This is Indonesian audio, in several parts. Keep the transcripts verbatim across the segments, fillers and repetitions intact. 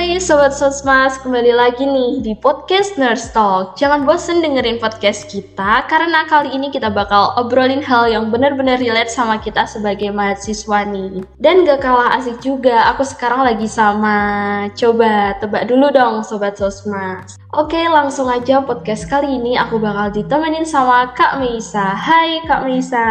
Hai Sobat Sosmas, kembali lagi nih di podcast Nurse Talk. Jangan bosen dengerin podcast kita, karena kali ini kita bakal obrolin hal yang benar-benar relate sama kita sebagai mahasiswa nih. Dan gak kalah asik juga, aku sekarang lagi sama, coba tebak dulu dong Sobat Sosmas. Oke, langsung aja podcast kali ini aku bakal ditemenin sama Kak Meisa. Hai Kak Meisa.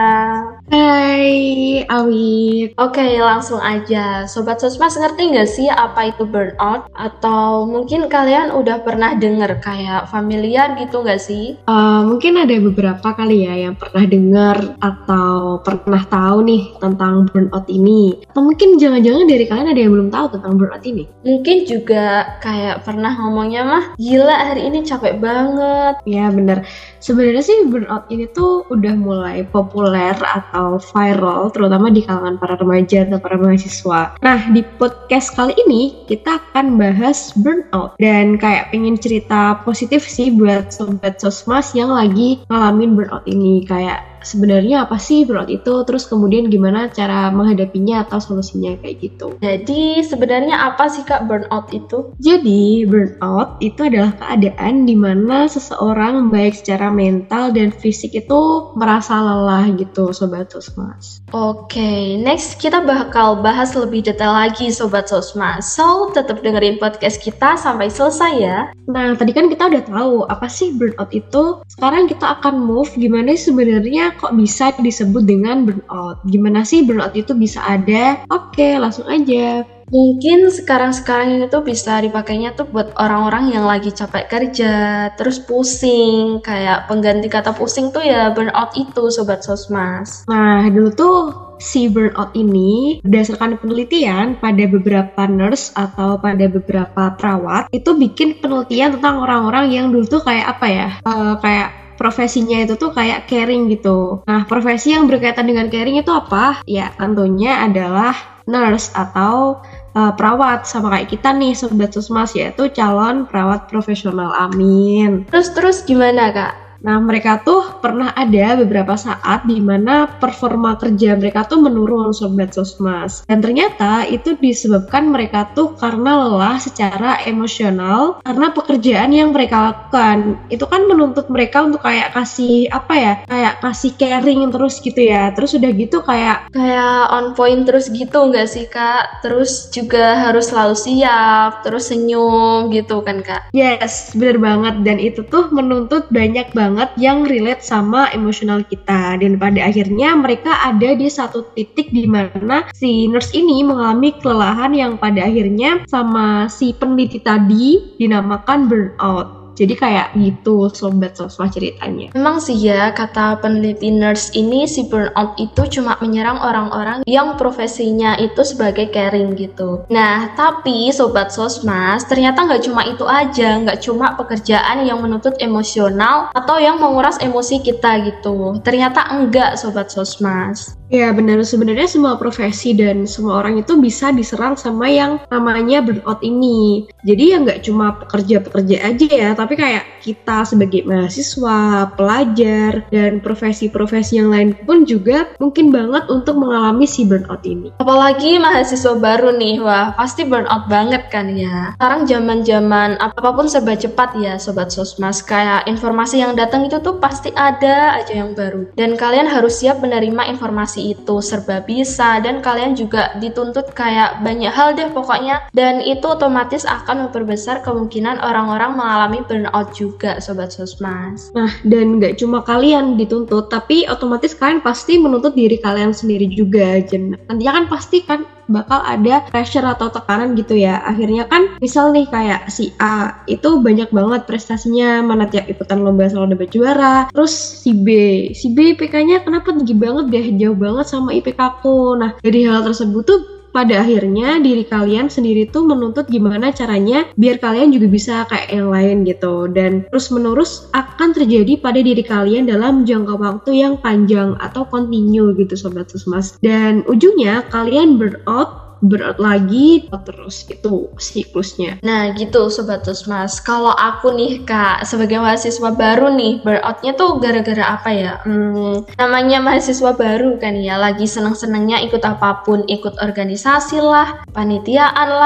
Hai Awit. Oke, langsung aja. Sobat Sosmas ngerti nggak sih apa itu burnout? Atau mungkin kalian udah pernah denger kayak familiar gitu nggak sih? Uh, mungkin ada beberapa kali ya yang pernah dengar atau pernah tahu nih tentang burnout ini. Atau mungkin jangan-jangan dari kalian ada yang belum tahu tentang burnout ini. Mungkin juga kayak pernah ngomongnya mah, gila hari ini capek banget. Ya bener. Sebenarnya sih burnout ini tuh udah mulai populer atau viral terutama di kalangan para remaja atau para mahasiswa. Nah, di podcast kali ini kita akan bahas burnout dan kayak pengen cerita positif sih buat sobat Sosmas yang lagi ngalamin burnout ini. Kayak sebenarnya apa sih burnout itu, terus kemudian gimana cara menghadapinya atau solusinya kayak gitu. Jadi sebenarnya apa sih Kak burnout itu? Jadi burnout itu adalah keadaan di mana seseorang baik secara mental dan fisik itu merasa lelah gitu sobat Sosmas. Oke, okay, next kita bakal bahas lebih detail lagi sobat Sosmas. So tetap dengerin podcast kita sampai selesai ya. Nah, tadi kan kita udah tahu apa sih burnout itu. Sekarang kita akan move gimana sebenarnya kok bisa disebut dengan burnout. Gimana sih burnout itu bisa ada? Oke, langsung aja. Mungkin sekarang-sekarang ini tuh bisa dipakainya tuh buat orang-orang yang lagi capek kerja, terus pusing. Kayak pengganti kata pusing tuh ya burnout itu sobat Sosmas. Nah, dulu tuh si burnout ini berdasarkan penelitian pada beberapa nurse atau pada beberapa perawat itu bikin penelitian tentang orang-orang yang dulu tuh kayak apa ya? Uh, kayak profesinya itu tuh kayak caring gitu. Nah, profesi yang berkaitan dengan caring itu apa? Ya, tentunya adalah nurse atau uh, perawat, sama kayak kita nih sobat Sosmas, yaitu calon perawat profesional. Amin. Terus terus gimana Kak? Nah, mereka tuh pernah ada beberapa saat di mana performa kerja mereka tuh menurun sobat Sosmas. Dan ternyata itu disebabkan mereka tuh karena lelah secara emosional karena pekerjaan yang mereka lakukan. Itu kan menuntut mereka untuk kayak kasih apa ya? Kayak kasih caring terus gitu ya. Terus udah gitu kayak kayak on point terus gitu nggak sih Kak? Terus juga harus selalu siap, terus senyum gitu kan Kak? Yes, bener banget. Dan itu tuh menuntut banyak banget banget yang relate sama emosional kita, dan pada akhirnya mereka ada di satu titik di mana si nurse ini mengalami kelelahan yang pada akhirnya sama si peneliti tadi dinamakan burnout. Jadi kayak gitu sobat Sosmas ceritanya. Memang sih ya, kata peneliti nurse ini, si burnout itu cuma menyerang orang-orang yang profesinya itu sebagai caring gitu. Nah, tapi sobat Sosmas, ternyata nggak cuma itu aja, nggak cuma pekerjaan yang menuntut emosional atau yang menguras emosi kita gitu. Ternyata enggak sobat Sosmas. Ya benar, sebenarnya semua profesi dan semua orang itu bisa diserang sama yang namanya burnout ini. Jadi ya nggak cuma pekerja-pekerja aja ya, tapi kayak kita sebagai mahasiswa, pelajar, dan profesi-profesi yang lain pun juga mungkin banget untuk mengalami si burnout ini. Apalagi mahasiswa baru nih, wah pasti burnout banget kan ya. Sekarang zaman-zaman apapun serba cepat ya sobat Sosmas, kayak informasi yang datang itu tuh pasti ada aja yang baru. Dan kalian harus siap menerima informasi itu, serba bisa, dan kalian juga dituntut kayak banyak hal deh pokoknya, dan itu otomatis akan memperbesar kemungkinan orang-orang mengalami burnout juga sobat Sosmas. Nah, dan gak cuma kalian dituntut, tapi otomatis kalian pasti menuntut diri kalian sendiri juga. Nantinya kan pasti kan bakal ada pressure atau tekanan gitu ya. Akhirnya kan misal nih kayak si A itu banyak banget prestasinya, mana tiap ikutan lomba selalu dapat juara. Terus si B, si B I P K-nya kenapa tinggi banget deh, jauh banget sama I P K aku. Nah, dari hal tersebut tuh pada akhirnya diri kalian sendiri tuh menuntut gimana caranya biar kalian juga bisa kayak yang lain gitu, dan terus menerus akan terjadi pada diri kalian dalam jangka waktu yang panjang atau continue gitu sobat Sosmas, dan ujungnya kalian burnout berat lagi terus, itu siklusnya. Nah gitu Sobat Sosmas, kalau aku nih Kak sebagai mahasiswa baru nih, burnoutnya tuh gara-gara apa ya? Hmm, namanya mahasiswa baru kan ya, lagi seneng-senengnya ikut apapun, ikut organisasi lah, panitiaan lah,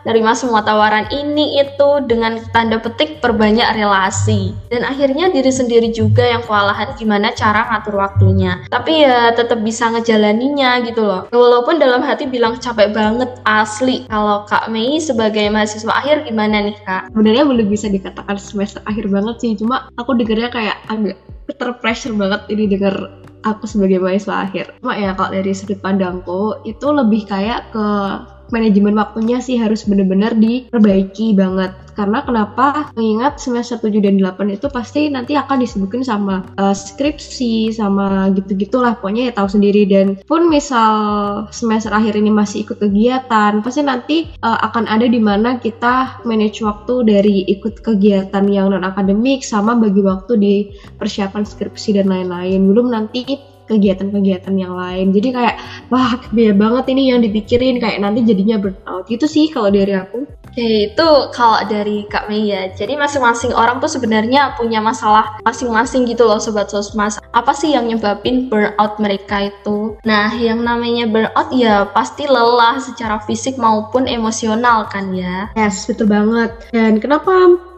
nerima semua tawaran ini itu dengan tanda petik perbanyak relasi. Dan akhirnya diri sendiri juga yang kewalahan gimana cara ngatur waktunya. Tapi ya tetap bisa ngejalaninya gitu loh. Walaupun dalam hati bilang capek banget asli. Kalau Kak Mei sebagai mahasiswa akhir gimana nih Kak? Sebenarnya belum bisa dikatakan semester akhir banget sih, cuma aku dengernya kayak agak terpressure banget ini denger aku sebagai mahasiswa akhir. Cuma ya kalau dari sudut pandangku itu lebih kayak ke manajemen waktunya sih harus bener-bener diperbaiki banget. Karena kenapa? Mengingat semester tujuh dan delapan itu pasti nanti akan disibukin sama uh, skripsi, sama gitu-gitulah. Pokoknya ya tahu sendiri. Dan pun misal semester akhir ini masih ikut kegiatan, pasti nanti uh, akan ada di mana kita manage waktu dari ikut kegiatan yang non-akademik sama bagi waktu di persiapan skripsi dan lain-lain. Belum nanti kegiatan-kegiatan yang lain. Jadi kayak wah biaya banget ini yang dipikirin, kayak nanti jadinya burnout. Gitu sih kalau dari aku. Oke, itu kalau dari Kak Mei ya. Jadi masing-masing orang tuh sebenarnya punya masalah masing-masing gitu loh Sobat Sosmas. Apa sih yang nyebabin burnout mereka itu? Nah, yang namanya burnout ya pasti lelah secara fisik maupun emosional kan ya. Yes, betul banget. Dan kenapa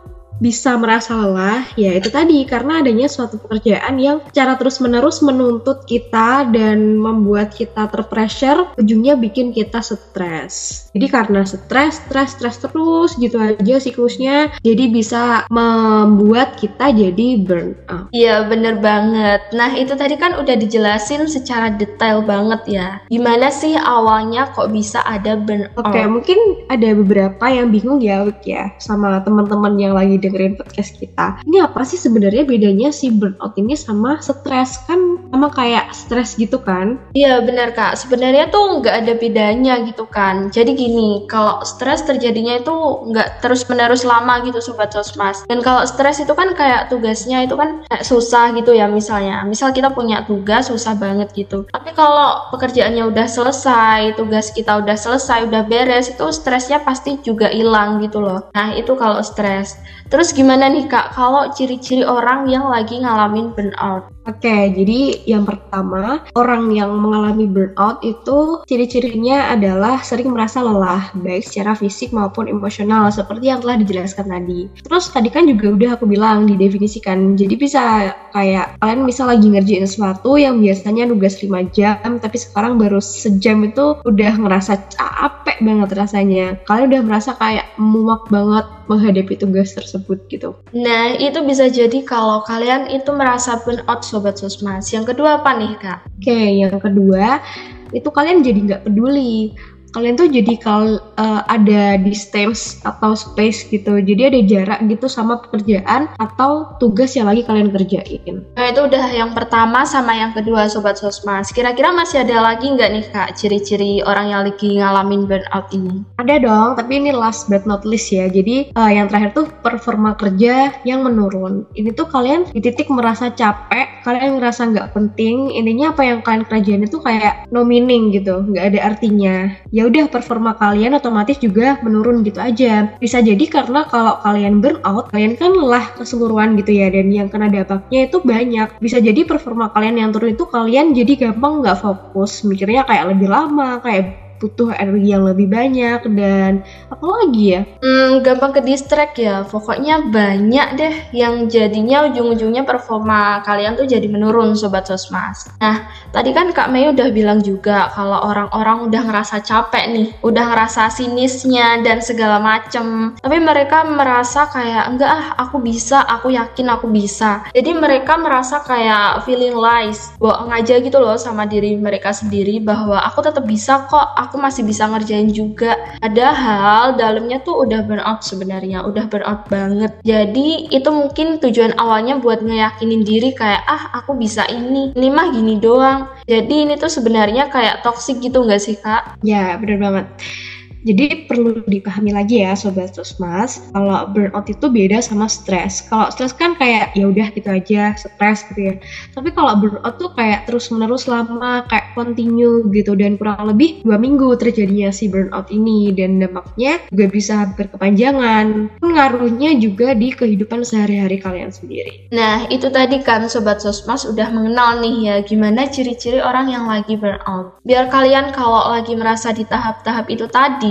bisa merasa lelah, ya itu tadi karena adanya suatu pekerjaan yang secara terus-menerus menuntut kita dan membuat kita terpressure, ujungnya bikin kita stres. Jadi karena stres, stres, stres terus gitu aja siklusnya, jadi bisa membuat kita jadi burnout. Iya bener banget. Nah itu tadi kan udah dijelasin secara detail banget ya. Gimana sih awalnya kok bisa ada burnout? Oke, mungkin ada beberapa yang bingung ya, Wik ya, sama teman-teman yang lagi dengerin podcast kita. Ini apa sih sebenarnya bedanya si burnout ini sama stres? Kan sama kayak stres gitu kan? Iya benar Kak, sebenarnya tuh nggak ada bedanya gitu kan. Jadi gini, kalau stres terjadinya itu nggak terus-menerus lama gitu Sobat Sosmas. Dan kalau stres itu kan kayak tugasnya itu kan kayak susah gitu ya misalnya. Misal kita punya tugas susah banget gitu. Tapi kalau pekerjaannya udah selesai, tugas kita udah selesai, udah beres, itu stresnya pasti juga hilang gitu loh. Nah itu kalau stres. Terus gimana nih Kak, kalau ciri-ciri orang yang lagi ngalamin burnout? Oke, jadi yang pertama, orang yang mengalami burnout itu ciri-cirinya adalah sering merasa lelah, baik secara fisik maupun emosional, seperti yang telah dijelaskan tadi. Terus tadi kan juga udah aku bilang, didefinisikan, jadi bisa kayak kalian misal lagi ngerjain sesuatu yang biasanya nugas lima jam, tapi sekarang baru sejam itu udah ngerasa capek banget rasanya. Kalian udah merasa kayak muak banget menghadapi tugas tersebut gitu. Nah, itu bisa jadi kalau kalian itu merasa burnout Sobat Sosmas. Yang kedua apa nih Kak? Oke, yang kedua itu kalian jadi nggak peduli. Kalian tuh jadi kalau uh, ada distance atau space gitu, jadi ada jarak gitu sama pekerjaan atau tugas yang lagi kalian kerjain. Nah itu udah yang pertama sama yang kedua Sobat Sosmas. Kira-kira masih ada lagi nggak nih Kak ciri-ciri orang yang lagi ngalamin burnout ini? Ada dong, tapi ini last but not least ya. Jadi uh, yang terakhir tuh performa kerja yang menurun. Ini tuh kalian di titik merasa capek, kalian ngerasa nggak penting. Intinya apa yang kalian kerjain itu kayak no meaning gitu, nggak ada artinya. Ya udah performa kalian otomatis juga menurun gitu aja. Bisa jadi karena kalau kalian burnout, kalian kan lelah keseluruhan gitu ya, dan yang kena dampaknya itu banyak. Bisa jadi performa kalian yang turun itu kalian jadi gampang nggak fokus, mikirnya kayak lebih lama, kayak butuh energi yang lebih banyak, dan apa lagi ya? Hmm, gampang ke distract ya. Pokoknya banyak deh yang jadinya ujung-ujungnya performa kalian tuh jadi menurun Sobat Sosmas. Nah, tadi kan Kak Mei udah bilang juga kalau orang-orang udah ngerasa capek nih, udah ngerasa sinisnya dan segala macem. Tapi mereka merasa kayak enggak ah, aku bisa, aku yakin aku bisa. Jadi mereka merasa kayak feeling lies, bohong aja gitu loh sama diri mereka sendiri bahwa aku tetap bisa kok, aku masih bisa ngerjain juga. Padahal dalamnya tuh udah burnout sebenarnya, udah burnout banget. Jadi itu mungkin tujuan awalnya buat ngeyakinin diri kayak ah aku bisa ini, ini mah gini doang. Jadi ini tuh sebenarnya kayak toxic gitu nggak sih Kak? Ya bener banget. Jadi perlu dipahami lagi ya Sobat Sosmas, kalau burnout itu beda sama stres. Kalau stres kan kayak ya udah gitu aja, stres gitu ya. Tapi kalau burnout tuh kayak terus-menerus lama, kayak continue gitu, dan kurang lebih dua minggu terjadinya si burnout ini, dan dampaknya juga bisa berkepanjangan. Pengaruhnya juga di kehidupan sehari-hari kalian sendiri. Nah itu tadi kan Sobat Sosmas udah mengenal nih ya gimana ciri-ciri orang yang lagi burnout. Biar kalian kalau lagi merasa di tahap-tahap itu tadi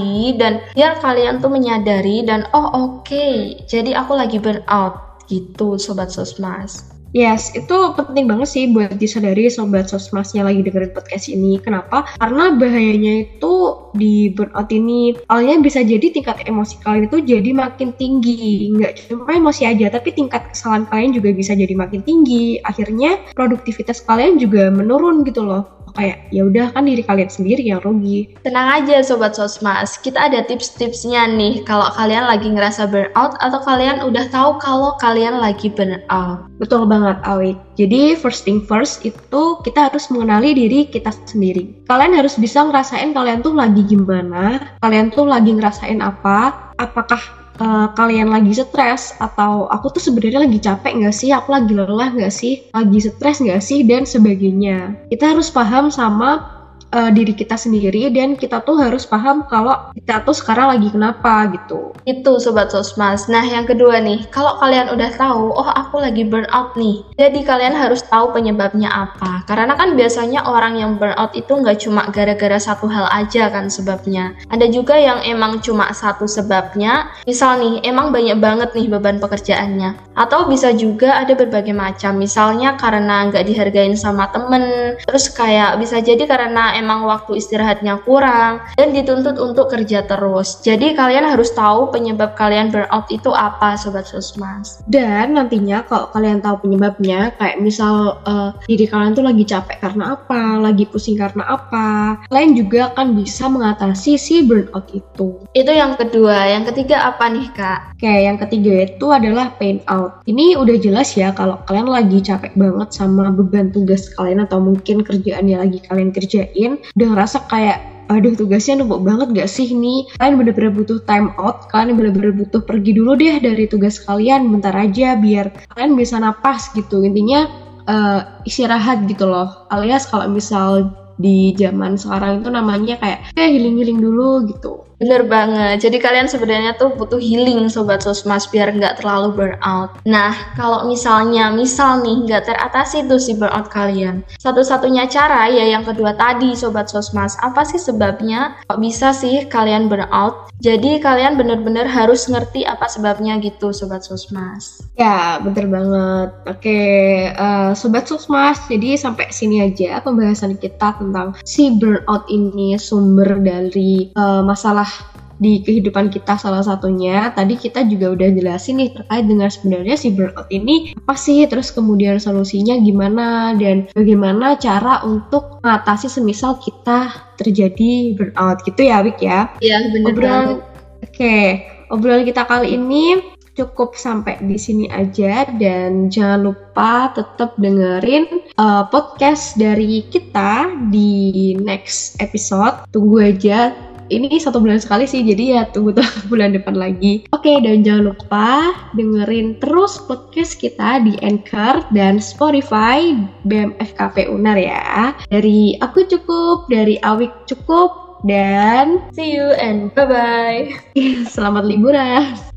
sekali dan biar kalian tuh menyadari dan oh oke, okay, jadi aku lagi burnout gitu Sobat Sosmas. Yes, itu penting banget sih buat disadari Sobat Sosmasnya lagi dengerin podcast ini. Kenapa? Karena bahayanya itu di burnout ini, awalnya bisa jadi tingkat emosi kalian itu jadi makin tinggi. Nggak cuma emosi aja, tapi tingkat kesalahan kalian juga bisa jadi makin tinggi. Akhirnya produktivitas kalian juga menurun gitu loh. Kayak ya udah kan diri kalian sendiri yang rugi. Tenang aja Sobat Sosmas, kita ada tips-tipsnya nih kalau kalian lagi ngerasa burnout atau kalian udah tahu kalau kalian lagi burnout. Betul banget Awik. Jadi first thing first itu kita harus mengenali diri kita sendiri. Kalian harus bisa ngerasain kalian tuh lagi gimana, kalian tuh lagi ngerasain apa, apakah Uh, kalian lagi stres atau aku tuh sebenarnya lagi capek nggak sih, aku lagi lelah nggak sih, lagi stres nggak sih, dan sebagainya. Kita harus paham sama uh, diri kita sendiri dan kita tuh harus paham kalau kita tuh sekarang lagi kenapa gitu. Itu Sobat Sosmas. Nah yang kedua nih, kalau kalian udah tahu, oh aku lagi burnout nih, jadi kalian harus tahu penyebabnya apa. Karena kan biasanya orang yang burnout itu nggak cuma gara-gara satu hal aja kan sebabnya. Ada juga yang emang cuma satu sebabnya, misal nih emang banyak banget nih beban pekerjaannya. Atau bisa juga ada berbagai macam, misalnya karena nggak dihargain sama temen, terus kayak bisa jadi karena emang waktu istirahatnya kurang, dan dituntut untuk kerja terus. Jadi kalian harus tahu penyebab kalian burnout itu apa Sobat Sosmas. Dan nantinya kalau kalian tahu penyebabnya, kayak misal uh, diri kalian tuh lagi capek karena apa, lagi pusing karena apa, kalian juga akan bisa mengatasi si burnout itu. Itu yang kedua. Yang ketiga apa nih Kak? Oke, yang ketiga itu adalah pain out. Ini udah jelas ya kalau kalian lagi capek banget sama beban tugas kalian atau mungkin kerjaan yang lagi kalian kerjain, udah ngerasa kayak aduh tugasnya numpuk banget gak sih nih, kalian bener-bener butuh time out, kalian bener-bener butuh pergi dulu deh dari tugas kalian bentar aja biar kalian bisa napas gitu. Intinya uh, istirahat gitu loh, alias kalau misal di zaman sekarang itu namanya kayak eh healing-healing dulu gitu. Bener banget, jadi kalian sebenarnya tuh butuh healing Sobat Sosmas biar nggak terlalu burnout. Nah, kalau misalnya, misal nih nggak teratasi tuh si burnout kalian, satu-satunya cara ya yang kedua tadi Sobat Sosmas. Apa sih sebabnya kok bisa sih kalian burnout? Jadi kalian bener-bener harus ngerti apa sebabnya gitu Sobat Sosmas. Ya, bener banget. Oke, uh, Sobat Sosmas, jadi sampai sini aja pembahasan kita tentang si burnout ini, sumber dari uh, masalah di kehidupan kita salah satunya. Tadi kita juga udah jelasin nih terkait dengan sebenarnya si burnout ini apa sih, terus kemudian solusinya gimana, dan bagaimana cara untuk mengatasi semisal kita terjadi burnout gitu ya Wik ya. Iya bener obrolan, banget. Oke, obrolan kita kali ini cukup sampai di sini aja, dan jangan lupa tetap dengerin uh, podcast dari kita di next episode. Tunggu aja. Ini satu bulan sekali sih, jadi ya tunggu tuh bulan depan lagi. Oke, dan jangan lupa dengerin terus podcast kita di Anchor dan Spotify B M F K P Unar ya. Dari aku cukup, dari Awik cukup, dan See you and bye-bye. selamat liburan.